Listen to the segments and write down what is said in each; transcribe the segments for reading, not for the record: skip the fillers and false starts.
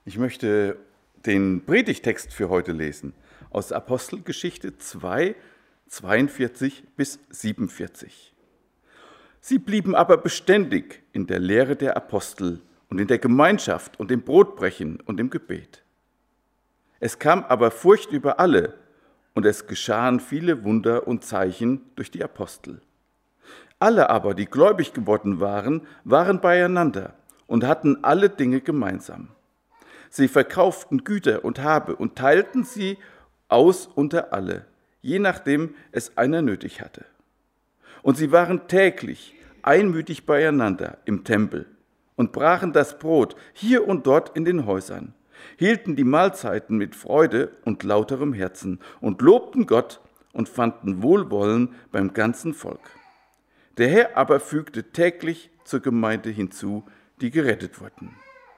Ich möchte den Predigtext für heute lesen aus Apostelgeschichte 2, 42 bis 47. Sie blieben aber beständig in der Lehre der Apostel und in der Gemeinschaft und im Brotbrechen und im Gebet. Es kam aber Furcht über alle, und es geschahen viele Wunder und Zeichen durch die Apostel. Alle aber, die gläubig geworden waren, waren beieinander und hatten alle Dinge gemeinsam. Sie verkauften Güter und Habe und teilten sie aus unter alle, je nachdem es einer nötig hatte. Und sie waren täglich einmütig beieinander im Tempel und brachen das Brot hier und dort in den Häusern, hielten die Mahlzeiten mit Freude und lauterem Herzen und lobten Gott und fanden Wohlwollen beim ganzen Volk. Der Herr aber fügte täglich zur Gemeinde hinzu, die gerettet wurden.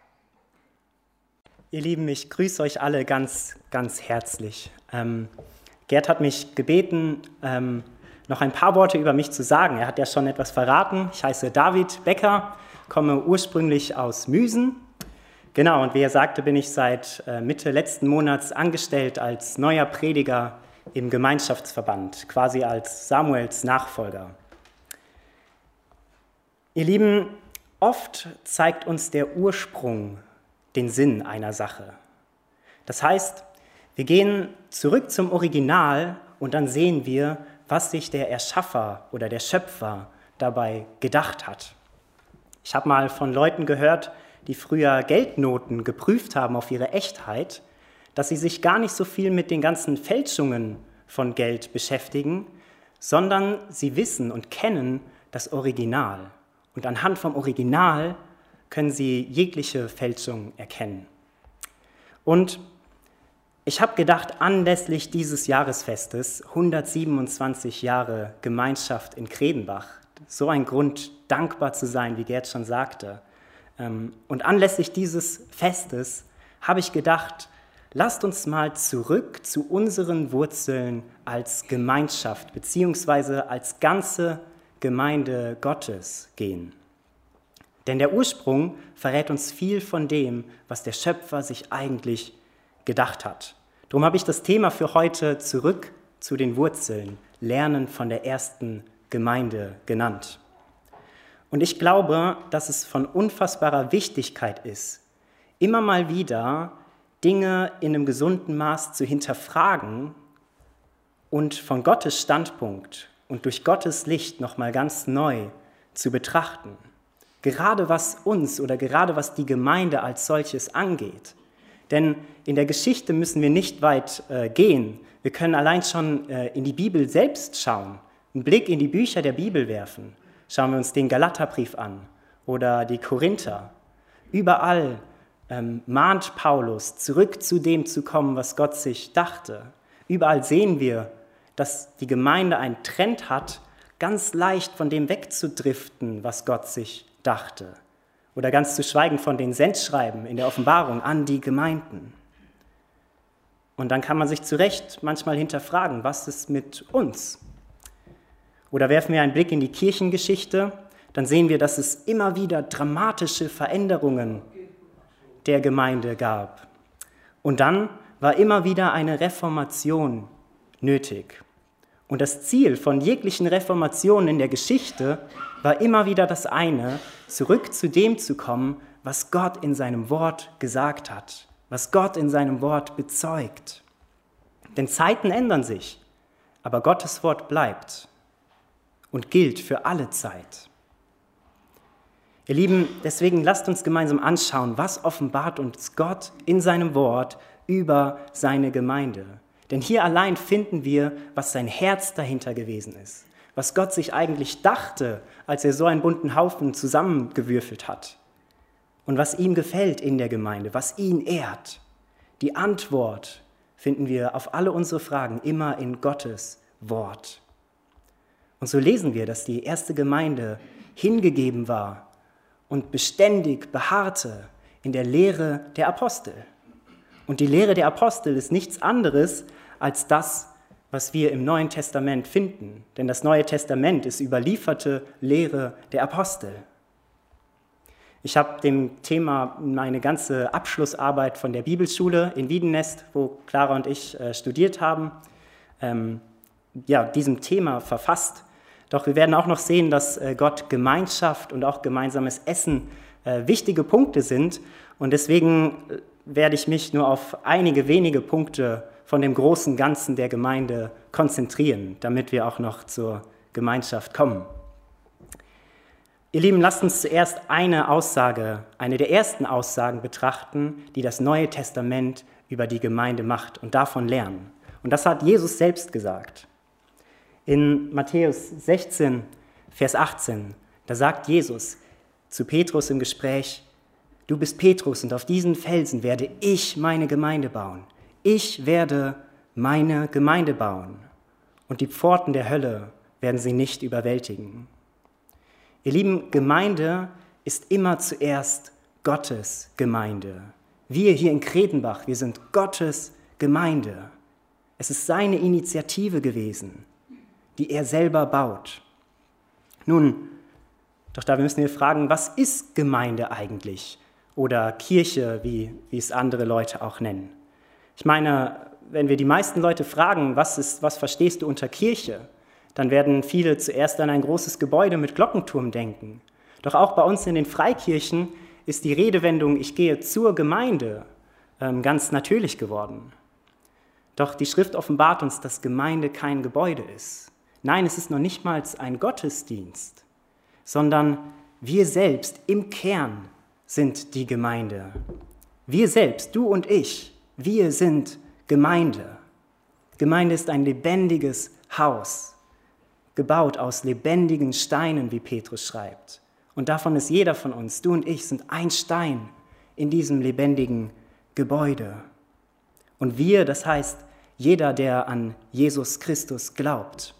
Ihr Lieben, ich grüße euch alle ganz, ganz herzlich. Gerd hat mich gebeten, noch ein paar Worte über mich zu sagen. Er hat ja schon etwas verraten. Ich heiße David Becker, komme ursprünglich aus Müsen. Genau, und wie er sagte, bin ich seit Mitte letzten Monats angestellt als neuer Prediger im Gemeinschaftsverband, quasi als Samuels Nachfolger. Ihr Lieben, oft zeigt uns der Ursprung den Sinn einer Sache. Das heißt, wir gehen zurück zum Original und dann sehen wir, was sich der Erschaffer oder der Schöpfer dabei gedacht hat. Ich habe mal von Leuten gehört, die früher Geldnoten geprüft haben auf ihre Echtheit, dass sie sich gar nicht so viel mit den ganzen Fälschungen von Geld beschäftigen, sondern sie wissen und kennen das Original. Und anhand vom Original können sie jegliche Fälschung erkennen. Und ich habe gedacht, anlässlich dieses Jahresfestes, 127 Jahre Gemeinschaft in Kredenbach, so ein Grund, dankbar zu sein, wie Gerd schon sagte. Und anlässlich dieses Festes habe ich gedacht, lasst uns mal zurück zu unseren Wurzeln als Gemeinschaft beziehungsweise als ganze Gemeinde Gottes gehen. Denn der Ursprung verrät uns viel von dem, was der Schöpfer sich eigentlich gedacht hat. Darum habe ich das Thema für heute zurück zu den Wurzeln, Lernen von der ersten Gemeinde genannt. Und ich glaube, dass es von unfassbarer Wichtigkeit ist, immer mal wieder Dinge in einem gesunden Maß zu hinterfragen und von Gottes Standpunkt und durch Gottes Licht nochmal ganz neu zu betrachten. Gerade was uns oder gerade was die Gemeinde als solches angeht. Denn in der Geschichte müssen wir nicht weit gehen. Wir können allein schon in die Bibel selbst schauen, einen Blick in die Bücher der Bibel werfen. Schauen wir uns den Galaterbrief an oder die Korinther. Überall mahnt Paulus, zurück zu dem zu kommen, was Gott sich dachte. Überall sehen wir, dass die Gemeinde einen Trend hat, ganz leicht von dem wegzudriften, was Gott sich dachte. Oder ganz zu schweigen von den Sendschreiben in der Offenbarung an die Gemeinden. Und dann kann man sich zu Recht manchmal hinterfragen, was ist mit uns? Oder werfen wir einen Blick in die Kirchengeschichte, dann sehen wir, dass es immer wieder dramatische Veränderungen der Gemeinde gab. Und dann war immer wieder eine Reformation nötig. Und das Ziel von jeglichen Reformationen in der Geschichte war immer wieder das eine, zurück zu dem zu kommen, was Gott in seinem Wort gesagt hat, was Gott in seinem Wort bezeugt. Denn Zeiten ändern sich, aber Gottes Wort bleibt und gilt für alle Zeit. Ihr Lieben, deswegen lasst uns gemeinsam anschauen, was offenbart uns Gott in seinem Wort über seine Gemeinde. Denn hier allein finden wir, was sein Herz dahinter gewesen ist, was Gott sich eigentlich dachte, als er so einen bunten Haufen zusammengewürfelt hat und was ihm gefällt in der Gemeinde, was ihn ehrt. Die Antwort finden wir auf alle unsere Fragen immer in Gottes Wort. Und so lesen wir, dass die erste Gemeinde hingegeben war und beständig beharrte in der Lehre der Apostel. Und die Lehre der Apostel ist nichts anderes als das, was wir im Neuen Testament finden. Denn das Neue Testament ist überlieferte Lehre der Apostel. Ich habe dem Thema meine ganze Abschlussarbeit von der Bibelschule in Wiedenest, wo Clara und ich studiert haben, diesem Thema verfasst. Doch wir werden auch noch sehen, dass Gott Gemeinschaft und auch gemeinsames Essen wichtige Punkte sind. Und deswegen werde ich mich nur auf einige wenige Punkte von dem großen Ganzen der Gemeinde konzentrieren, damit wir auch noch zur Gemeinschaft kommen. Ihr Lieben, lasst uns zuerst eine der ersten Aussagen betrachten, die das Neue Testament über die Gemeinde macht und davon lernen. Und das hat Jesus selbst gesagt. In Matthäus 16, Vers 18, da sagt Jesus zu Petrus im Gespräch: Du bist Petrus und auf diesen Felsen werde ich meine Gemeinde bauen. Ich werde meine Gemeinde bauen und die Pforten der Hölle werden sie nicht überwältigen. Ihr Lieben, Gemeinde ist immer zuerst Gottes Gemeinde. Wir hier in Kredenbach, wir sind Gottes Gemeinde. Es ist seine Initiative gewesen, die er selber baut. Nun, doch da müssen wir fragen, was ist Gemeinde eigentlich? Oder Kirche, wie es andere Leute auch nennen. Ich meine, wenn wir die meisten Leute fragen, was verstehst du unter Kirche, dann werden viele zuerst an ein großes Gebäude mit Glockenturm denken. Doch auch bei uns in den Freikirchen ist die Redewendung, ich gehe zur Gemeinde, ganz natürlich geworden. Doch die Schrift offenbart uns, dass Gemeinde kein Gebäude ist. Nein, es ist noch nicht mal ein Gottesdienst, sondern wir selbst im Kern sind die Gemeinde. Wir selbst, du und ich, wir sind Gemeinde. Gemeinde ist ein lebendiges Haus, gebaut aus lebendigen Steinen, wie Petrus schreibt. Und davon ist jeder von uns, du und ich, sind ein Stein in diesem lebendigen Gebäude. Und wir, das heißt, jeder, der an Jesus Christus glaubt.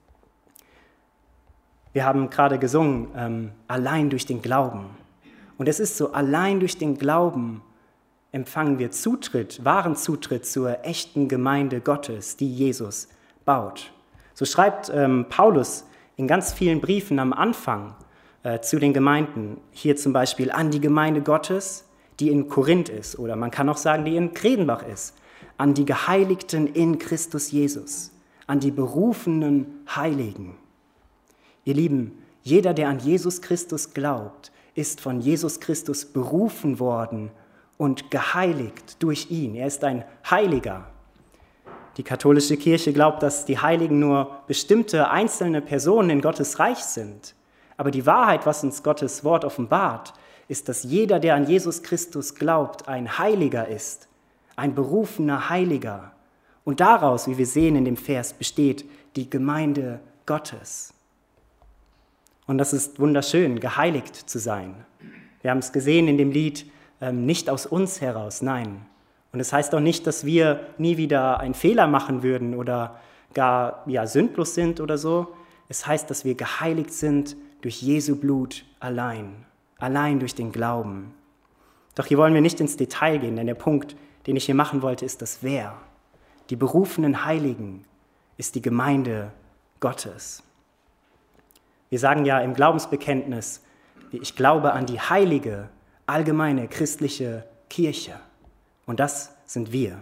Wir haben gerade gesungen, allein durch den Glauben. Und es ist so, allein durch den Glauben empfangen wir wahren Zutritt zur echten Gemeinde Gottes, die Jesus baut. So schreibt Paulus in ganz vielen Briefen am Anfang zu den Gemeinden, hier zum Beispiel an die Gemeinde Gottes, die in Korinth ist, oder man kann auch sagen, die in Kredenbach ist, an die Geheiligten in Christus Jesus, an die berufenen Heiligen. Ihr Lieben, jeder, der an Jesus Christus glaubt, ist von Jesus Christus berufen worden und geheiligt durch ihn. Er ist ein Heiliger. Die katholische Kirche glaubt, dass die Heiligen nur bestimmte einzelne Personen in Gottes Reich sind. Aber die Wahrheit, was uns Gottes Wort offenbart, ist, dass jeder, der an Jesus Christus glaubt, ein Heiliger ist, ein berufener Heiliger. Und daraus, wie wir sehen in dem Vers, besteht die Gemeinde Gottes. Und das ist wunderschön, geheiligt zu sein. Wir haben es gesehen in dem Lied, nicht aus uns heraus, nein. Und es heißt auch nicht, dass wir nie wieder einen Fehler machen würden oder gar sündlos sind oder so. Es heißt, dass wir geheiligt sind durch Jesu Blut allein durch den Glauben. Doch hier wollen wir nicht ins Detail gehen, denn der Punkt, den ich hier machen wollte, ist das Wer. Die berufenen Heiligen ist die Gemeinde Gottes. Wir sagen ja im Glaubensbekenntnis, ich glaube an die heilige, allgemeine christliche Kirche. Und das sind wir.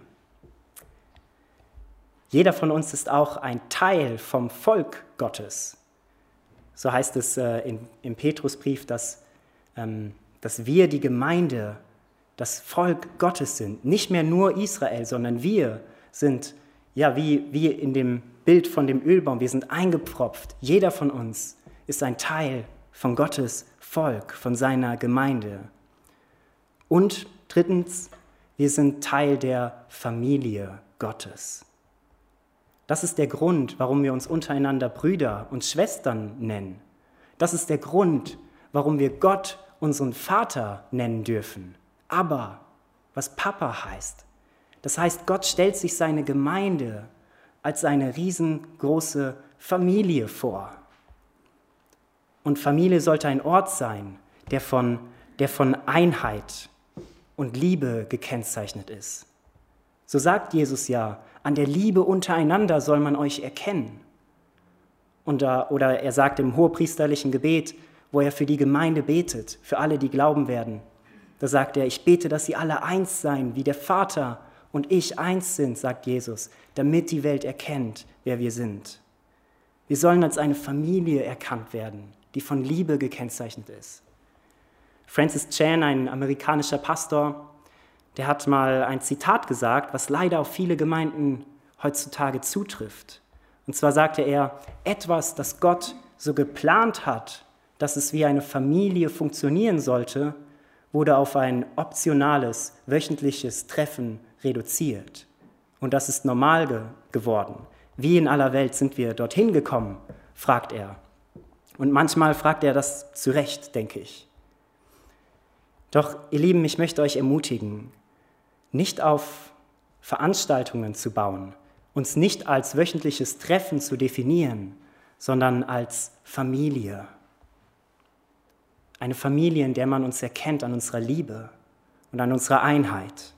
Jeder von uns ist auch ein Teil vom Volk Gottes. So heißt es im Petrusbrief, dass wir die Gemeinde, das Volk Gottes sind. Nicht mehr nur Israel, sondern wir sind, wie in dem Bild von dem Ölbaum, wir sind eingepfropft. Jeder von uns ist ein Teil von Gottes Volk, von seiner Gemeinde. Und drittens, wir sind Teil der Familie Gottes. Das ist der Grund, warum wir uns untereinander Brüder und Schwestern nennen. Das ist der Grund, warum wir Gott unseren Vater nennen dürfen. Abba, was Papa heißt. Das heißt, Gott stellt sich seine Gemeinde als eine riesengroße Familie vor. Und Familie sollte ein Ort sein, der von Einheit und Liebe gekennzeichnet ist. So sagt Jesus ja, an der Liebe untereinander soll man euch erkennen. Oder er sagt im hohepriesterlichen Gebet, wo er für die Gemeinde betet, für alle, die glauben werden. Da sagt er, ich bete, dass sie alle eins seien, wie der Vater und ich eins sind, sagt Jesus, damit die Welt erkennt, wer wir sind. Wir sollen als eine Familie erkannt werden, die von Liebe gekennzeichnet ist. Francis Chan, ein amerikanischer Pastor, der hat mal ein Zitat gesagt, was leider auf viele Gemeinden heutzutage zutrifft. Und zwar sagte er, etwas, das Gott so geplant hat, dass es wie eine Familie funktionieren sollte, wurde auf ein optionales, wöchentliches Treffen reduziert. Und das ist normal geworden. Wie in aller Welt sind wir dorthin gekommen, fragt er. Und manchmal fragt er das zu Recht, denke ich. Doch, ihr Lieben, ich möchte euch ermutigen, nicht auf Veranstaltungen zu bauen, uns nicht als wöchentliches Treffen zu definieren, sondern als Familie. Eine Familie, in der man uns erkennt an unserer Liebe und an unserer Einheit.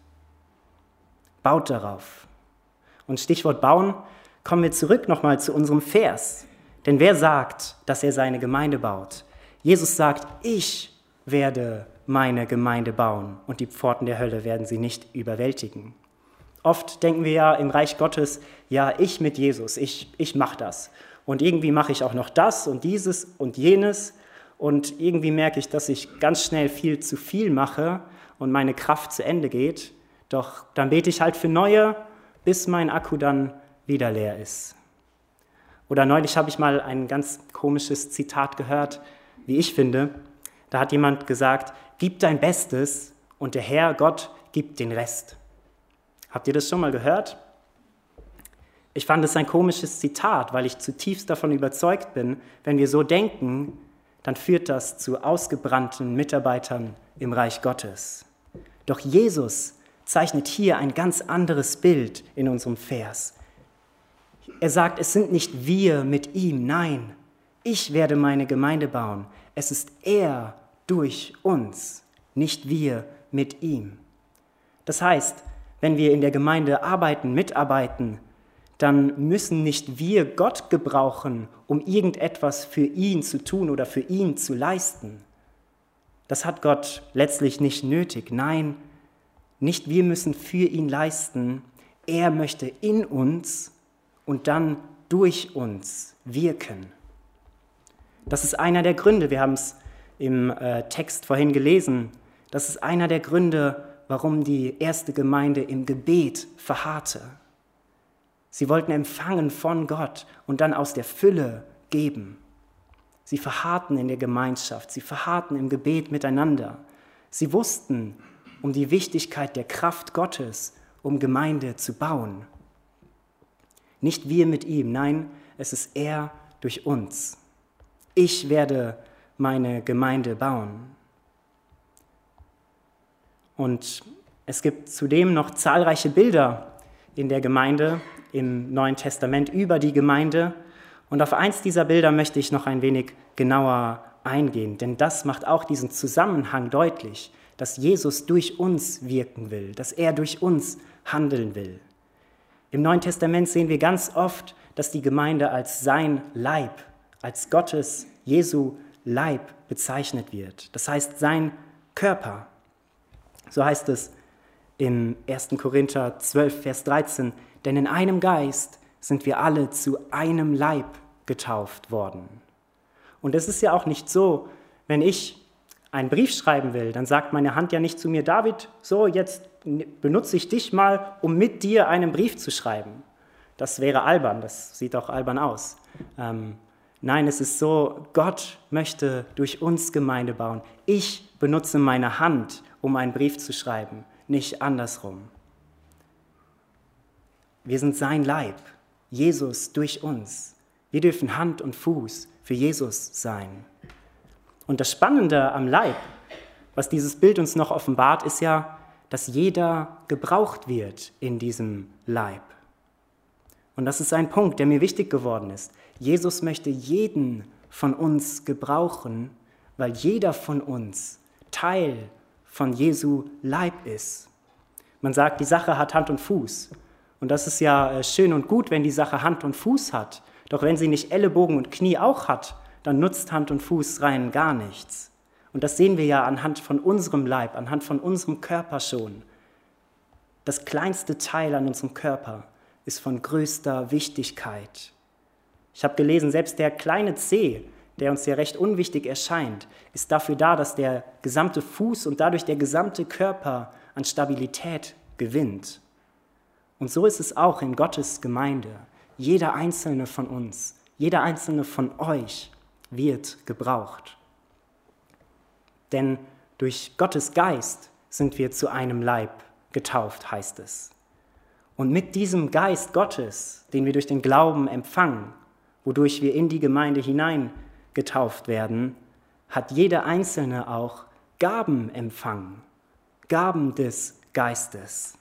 Baut darauf. Und Stichwort bauen, kommen wir zurück nochmal zu unserem Vers. Denn wer sagt, dass er seine Gemeinde baut? Jesus sagt, ich werde meine Gemeinde bauen und die Pforten der Hölle werden sie nicht überwältigen. Oft denken wir ja im Reich Gottes, ja, ich mit Jesus, ich mache das. Und irgendwie mache ich auch noch das und dieses und jenes. Und irgendwie merke ich, dass ich ganz schnell viel zu viel mache und meine Kraft zu Ende geht. Doch dann bete ich halt für neue, bis mein Akku dann wieder leer ist. Oder neulich habe ich mal ein ganz komisches Zitat gehört, wie ich finde. Da hat jemand gesagt, gib dein Bestes und der Herr Gott gibt den Rest. Habt ihr das schon mal gehört? Ich fand es ein komisches Zitat, weil ich zutiefst davon überzeugt bin, wenn wir so denken, dann führt das zu ausgebrannten Mitarbeitern im Reich Gottes. Doch Jesus zeichnet hier ein ganz anderes Bild in unserem Vers. Er sagt, es sind nicht wir mit ihm, nein, ich werde meine Gemeinde bauen. Es ist er durch uns, nicht wir mit ihm. Das heißt, wenn wir in der Gemeinde arbeiten, mitarbeiten, dann müssen nicht wir Gott gebrauchen, um irgendetwas für ihn zu tun oder für ihn zu leisten. Das hat Gott letztlich nicht nötig. Nein, nicht wir müssen für ihn leisten. Er möchte in uns und dann durch uns wirken. Das ist einer der Gründe, wir haben es im Text vorhin gelesen, das ist einer der Gründe, warum die erste Gemeinde im Gebet verharrte. Sie wollten empfangen von Gott und dann aus der Fülle geben. Sie verharrten in der Gemeinschaft, sie verharrten im Gebet miteinander. Sie wussten um die Wichtigkeit der Kraft Gottes, um Gemeinde zu bauen. Nicht wir mit ihm, nein, es ist er durch uns. Ich werde meine Gemeinde bauen. Und es gibt zudem noch zahlreiche Bilder in der Gemeinde, im Neuen Testament über die Gemeinde. Und auf eins dieser Bilder möchte ich noch ein wenig genauer eingehen, denn das macht auch diesen Zusammenhang deutlich, dass Jesus durch uns wirken will, dass er durch uns handeln will. Im Neuen Testament sehen wir ganz oft, dass die Gemeinde als sein Leib, als Gottes, Jesu Leib bezeichnet wird. Das heißt, sein Körper. So heißt es im 1. Korinther 12, Vers 13, denn in einem Geist sind wir alle zu einem Leib getauft worden. Und es ist ja auch nicht so, wenn ich einen Brief schreiben will, dann sagt meine Hand ja nicht zu mir, David, so jetzt benutze ich dich mal, um mit dir einen Brief zu schreiben. Das wäre albern, das sieht auch albern aus. Nein, es ist so, Gott möchte durch uns Gemeinde bauen. Ich benutze meine Hand, um einen Brief zu schreiben, nicht andersrum. Wir sind sein Leib, Jesus durch uns. Wir dürfen Hand und Fuß für Jesus sein. Und das Spannende am Leib, was dieses Bild uns noch offenbart, ist ja, dass jeder gebraucht wird in diesem Leib. Und das ist ein Punkt, der mir wichtig geworden ist. Jesus möchte jeden von uns gebrauchen, weil jeder von uns Teil von Jesu Leib ist. Man sagt, die Sache hat Hand und Fuß. Und das ist ja schön und gut, wenn die Sache Hand und Fuß hat. Doch wenn sie nicht Ellenbogen und Knie auch hat, dann nutzt Hand und Fuß rein gar nichts. Und das sehen wir ja anhand von unserem Leib, anhand von unserem Körper schon. Das kleinste Teil an unserem Körper ist von größter Wichtigkeit. Ich habe gelesen, selbst der kleine Zeh, der uns ja recht unwichtig erscheint, ist dafür da, dass der gesamte Fuß und dadurch der gesamte Körper an Stabilität gewinnt. Und so ist es auch in Gottes Gemeinde. Jeder einzelne von uns, jeder einzelne von euch wird gebraucht. Denn durch Gottes Geist sind wir zu einem Leib getauft, heißt es. Und mit diesem Geist Gottes, den wir durch den Glauben empfangen, wodurch wir in die Gemeinde hinein getauft werden, hat jeder Einzelne auch Gaben empfangen, Gaben des Geistes.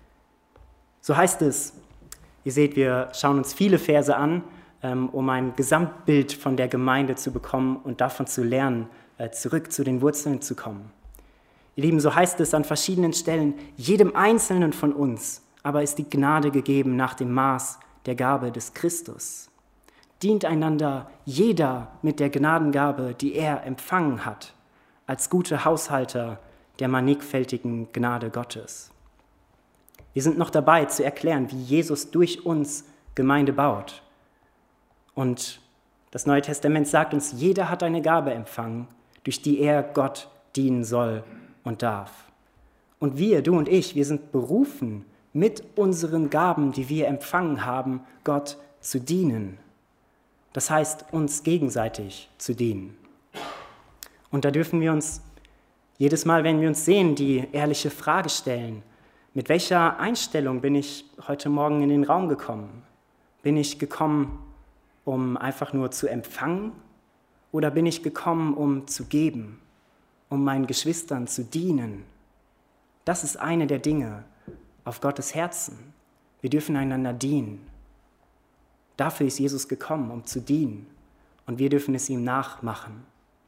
So heißt es, ihr seht, wir schauen uns viele Verse an, um ein Gesamtbild von der Gemeinde zu bekommen und davon zu lernen, zurück zu den Wurzeln zu kommen. Ihr Lieben, so heißt es an verschiedenen Stellen, jedem Einzelnen von uns aber ist die Gnade gegeben nach dem Maß der Gabe des Christus. Dient einander jeder mit der Gnadengabe, die er empfangen hat, als gute Haushalter der mannigfältigen Gnade Gottes. Wir sind noch dabei zu erklären, wie Jesus durch uns Gemeinde baut. Und das Neue Testament sagt uns, jeder hat eine Gabe empfangen, durch die er Gott dienen soll und darf. Und wir, du und ich, wir sind berufen, mit unseren Gaben, die wir empfangen haben, Gott zu dienen. Das heißt, uns gegenseitig zu dienen. Und da dürfen wir uns jedes Mal, wenn wir uns sehen, die ehrliche Frage stellen, mit welcher Einstellung bin ich heute Morgen in den Raum gekommen? Bin ich gekommen, um einfach nur zu empfangen? Oder bin ich gekommen, um zu geben, um meinen Geschwistern zu dienen? Das ist eine der Dinge auf Gottes Herzen. Wir dürfen einander dienen. Dafür ist Jesus gekommen, um zu dienen. Und wir dürfen es ihm nachmachen.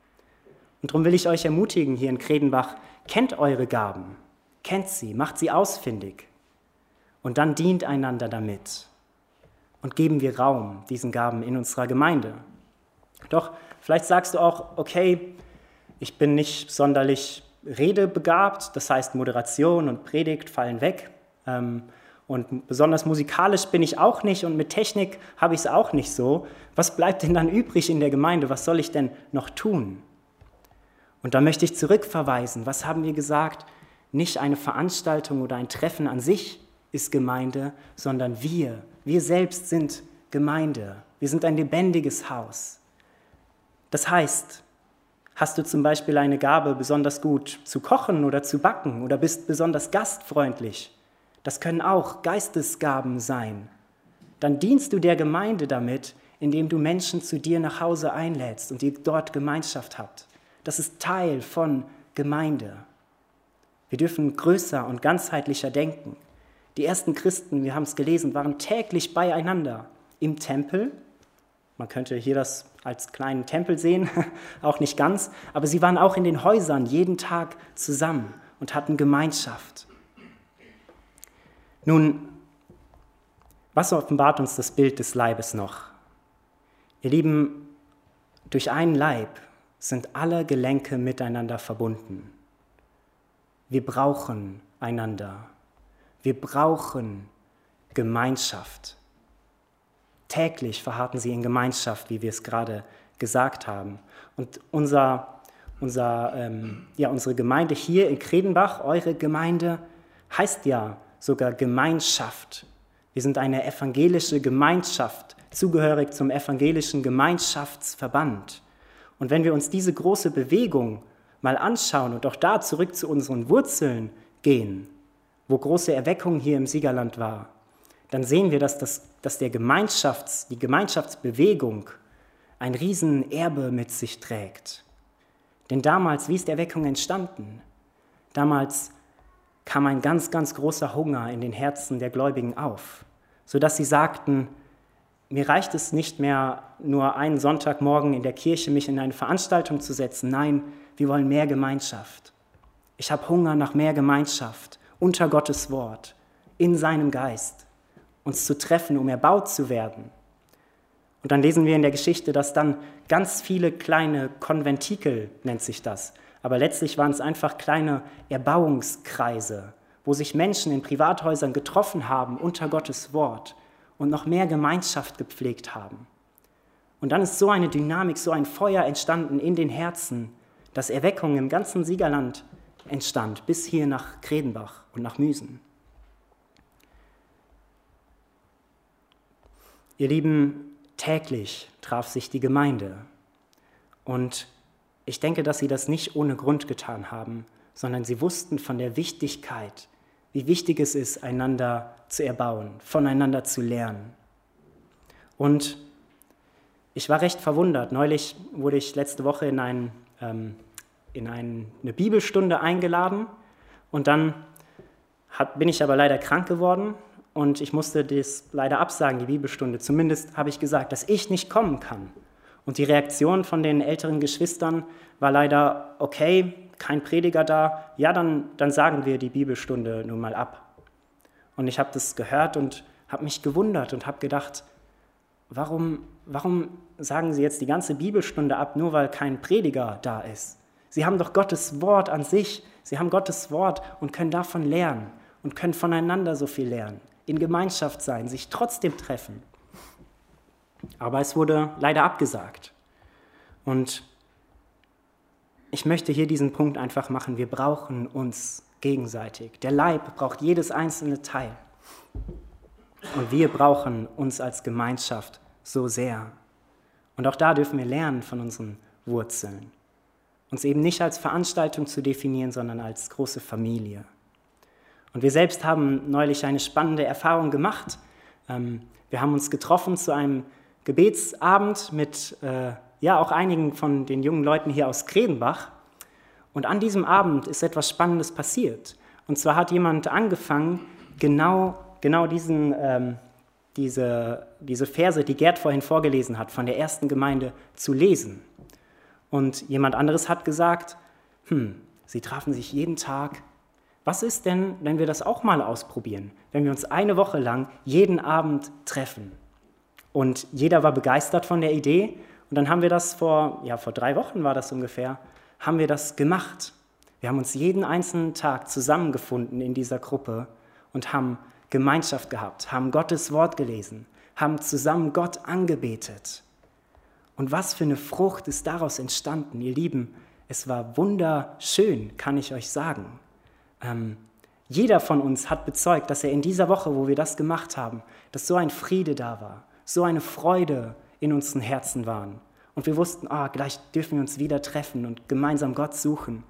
Und darum will ich euch ermutigen hier in Kredenbach, kennt eure Gaben, kennt sie, macht sie ausfindig. Und dann dient einander damit. Und geben wir Raum diesen Gaben in unserer Gemeinde. Doch vielleicht sagst du auch, okay, ich bin nicht sonderlich redebegabt, das heißt Moderation und Predigt fallen weg. Und besonders musikalisch bin ich auch nicht und mit Technik habe ich es auch nicht so. Was bleibt denn dann übrig in der Gemeinde? Was soll ich denn noch tun? Und da möchte ich zurückverweisen. Was haben wir gesagt? Nicht eine Veranstaltung oder ein Treffen an sich ist Gemeinde, sondern wir selbst sind Gemeinde. Wir sind ein lebendiges Haus. Das heißt, hast du zum Beispiel eine Gabe, besonders gut zu kochen oder zu backen oder bist besonders gastfreundlich, das können auch Geistesgaben sein. Dann dienst du der Gemeinde damit, indem du Menschen zu dir nach Hause einlädst und ihr dort Gemeinschaft habt. Das ist Teil von Gemeinde. Wir dürfen größer und ganzheitlicher denken. Die ersten Christen, wir haben es gelesen, waren täglich beieinander im Tempel. Man könnte hier das als kleinen Tempel sehen, auch nicht ganz, aber sie waren auch in den Häusern jeden Tag zusammen und hatten Gemeinschaft. Nun, was offenbart uns das Bild des Leibes noch? Ihr Lieben, durch einen Leib sind alle Gelenke miteinander verbunden. Wir brauchen einander. Wir brauchen Gemeinschaft. Täglich verharren sie in Gemeinschaft, wie wir es gerade gesagt haben. Und unsere Gemeinde hier in Kredenbach, eure Gemeinde, heißt ja sogar Gemeinschaft. Wir sind eine evangelische Gemeinschaft, zugehörig zum evangelischen Gemeinschaftsverband. Und wenn wir uns diese große Bewegung mal anschauen und auch da zurück zu unseren Wurzeln gehen, wo große Erweckung hier im Siegerland war, dann sehen wir, dass die Gemeinschaftsbewegung ein Riesenerbe mit sich trägt. Denn damals, wie ist die Erweckung entstanden? Damals kam ein ganz, ganz großer Hunger in den Herzen der Gläubigen auf, sodass sie sagten, mir reicht es nicht mehr, nur einen Sonntagmorgen in der Kirche mich in eine Veranstaltung zu setzen. Nein, wir wollen mehr Gemeinschaft. Ich habe Hunger nach mehr Gemeinschaft unter Gottes Wort, in seinem Geist, uns zu treffen, um erbaut zu werden. Und dann lesen wir in der Geschichte, dass dann ganz viele kleine Konventikel, nennt sich das, aber letztlich waren es einfach kleine Erbauungskreise, wo sich Menschen in Privathäusern getroffen haben unter Gottes Wort und noch mehr Gemeinschaft gepflegt haben. Und dann ist so eine Dynamik, so ein Feuer entstanden in den Herzen, dass Erweckung im ganzen Siegerland entstand, bis hier nach Kredenbach und nach Müsen. Ihr Lieben, täglich traf sich die Gemeinde. Und ich denke, dass sie das nicht ohne Grund getan haben, sondern sie wussten von der Wichtigkeit, wie wichtig es ist, einander zu erbauen, voneinander zu lernen. Und ich war recht verwundert. Neulich wurde ich letzte Woche in eine Bibelstunde eingeladen und dann bin ich aber leider krank geworden und ich musste das leider absagen, die Bibelstunde. Zumindest habe ich gesagt, dass ich nicht kommen kann. Und die Reaktion von den älteren Geschwistern war leider, okay, kein Prediger da, ja, dann sagen wir die Bibelstunde nun mal ab. Und ich habe das gehört und habe mich gewundert und habe gedacht, warum sagen Sie jetzt die ganze Bibelstunde ab, nur weil kein Prediger da ist? Sie haben doch Gottes Wort an sich, Sie haben Gottes Wort und können davon lernen und können voneinander so viel lernen, in Gemeinschaft sein, sich trotzdem treffen. Aber es wurde leider abgesagt. Und ich möchte hier diesen Punkt einfach machen, wir brauchen uns gegenseitig. Der Leib braucht jedes einzelne Teil. Und wir brauchen uns als Gemeinschaft so sehr. Und auch da dürfen wir lernen von unseren Wurzeln. Uns eben nicht als Veranstaltung zu definieren, sondern als große Familie. Und wir selbst haben neulich eine spannende Erfahrung gemacht. Wir haben uns getroffen zu einem Gebetsabend mit auch einigen von den jungen Leuten hier aus Kredenbach. Und an diesem Abend ist etwas Spannendes passiert. Und zwar hat jemand angefangen, genau diese Verse, die Gerd vorhin vorgelesen hat, von der ersten Gemeinde zu lesen. Und jemand anderes hat gesagt, sie trafen sich jeden Tag. Was ist denn, wenn wir das auch mal ausprobieren? Wenn wir uns eine Woche lang jeden Abend treffen? Und jeder war begeistert von der Idee. Und dann haben wir das vor 3 Wochen war das ungefähr, haben wir das gemacht. Wir haben uns jeden einzelnen Tag zusammengefunden in dieser Gruppe und haben Gemeinschaft gehabt, haben Gottes Wort gelesen, haben zusammen Gott angebetet. Und was für eine Frucht ist daraus entstanden, ihr Lieben. Es war wunderschön, kann ich euch sagen. Jeder von uns hat bezeugt, dass er in dieser Woche, wo wir das gemacht haben, dass so ein Friede da war, so eine Freude in unseren Herzen waren. Und wir wussten, gleich dürfen wir uns wieder treffen und gemeinsam Gott suchen.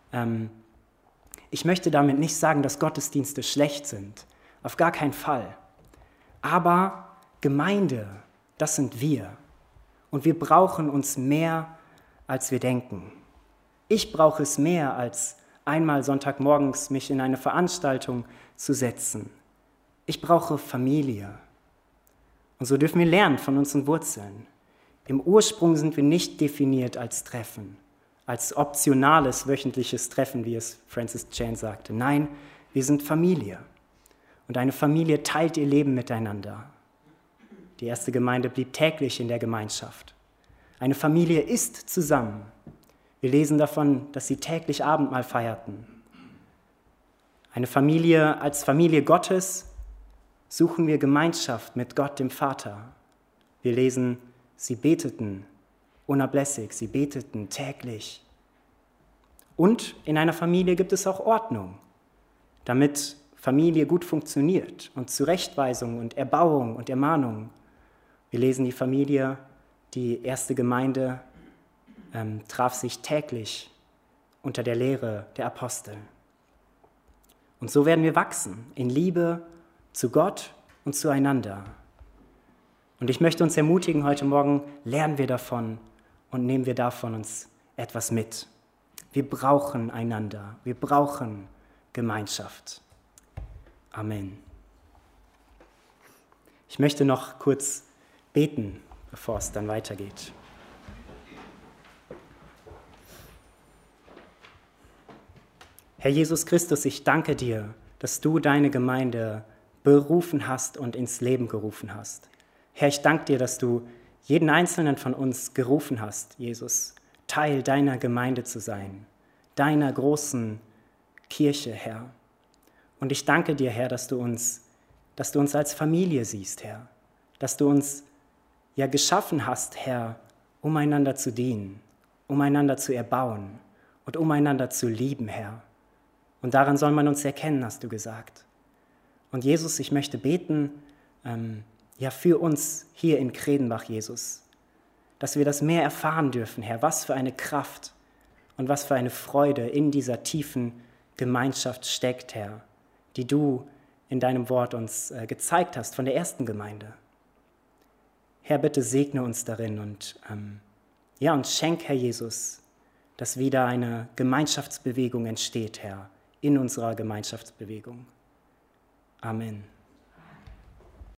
Ich möchte damit nicht sagen, dass Gottesdienste schlecht sind. Auf gar keinen Fall. Aber Gemeinde, das sind wir. Und wir brauchen uns mehr, als wir denken. Ich brauche es mehr, als einmal Sonntagmorgens mich in eine Veranstaltung zu setzen. Ich brauche Familie. Und so dürfen wir lernen von unseren Wurzeln. Im Ursprung sind wir nicht definiert als Treffen, als optionales wöchentliches Treffen, wie es Francis Chan sagte. Nein, wir sind Familie. Und eine Familie teilt ihr Leben miteinander. Die erste Gemeinde blieb täglich in der Gemeinschaft. Eine Familie isst zusammen. Wir lesen davon, dass sie täglich Abendmahl feierten. Eine Familie, als Familie Gottes suchen wir Gemeinschaft mit Gott, dem Vater. Wir lesen, sie beteten unablässig, sie beteten täglich. Und in einer Familie gibt es auch Ordnung, damit Familie gut funktioniert und Zurechtweisung und Erbauung und Ermahnung. Wir lesen die Familie, die erste Gemeinde traf sich täglich unter der Lehre der Apostel. Und so werden wir wachsen in Liebe zu Gott und zueinander. Und ich möchte uns ermutigen, heute Morgen lernen wir davon und nehmen wir davon uns etwas mit. Wir brauchen einander, wir brauchen Gemeinschaft. Amen. Ich möchte noch kurz beten, bevor es dann weitergeht. Herr Jesus Christus, ich danke dir, dass du deine Gemeinde berufen hast und ins Leben gerufen hast. Herr, ich danke dir, dass du jeden Einzelnen von uns gerufen hast, Jesus, Teil deiner Gemeinde zu sein, deiner großen Kirche, Herr. Und ich danke dir, Herr, dass du uns als Familie siehst, Herr, dass du uns ja geschaffen hast, Herr, um einander zu dienen, um einander zu erbauen und um einander zu lieben, Herr. Und daran soll man uns erkennen, hast du gesagt. Und Jesus, ich möchte beten, für uns hier in Kredenbach, Jesus, dass wir das mehr erfahren dürfen, Herr, was für eine Kraft und was für eine Freude in dieser tiefen Gemeinschaft steckt, Herr, die du in deinem Wort uns gezeigt hast von der ersten Gemeinde. Herr, bitte segne uns darin und schenk, Herr Jesus, dass wieder eine Gemeinschaftsbewegung entsteht, Herr, in unserer Gemeinschaftsbewegung. Amen.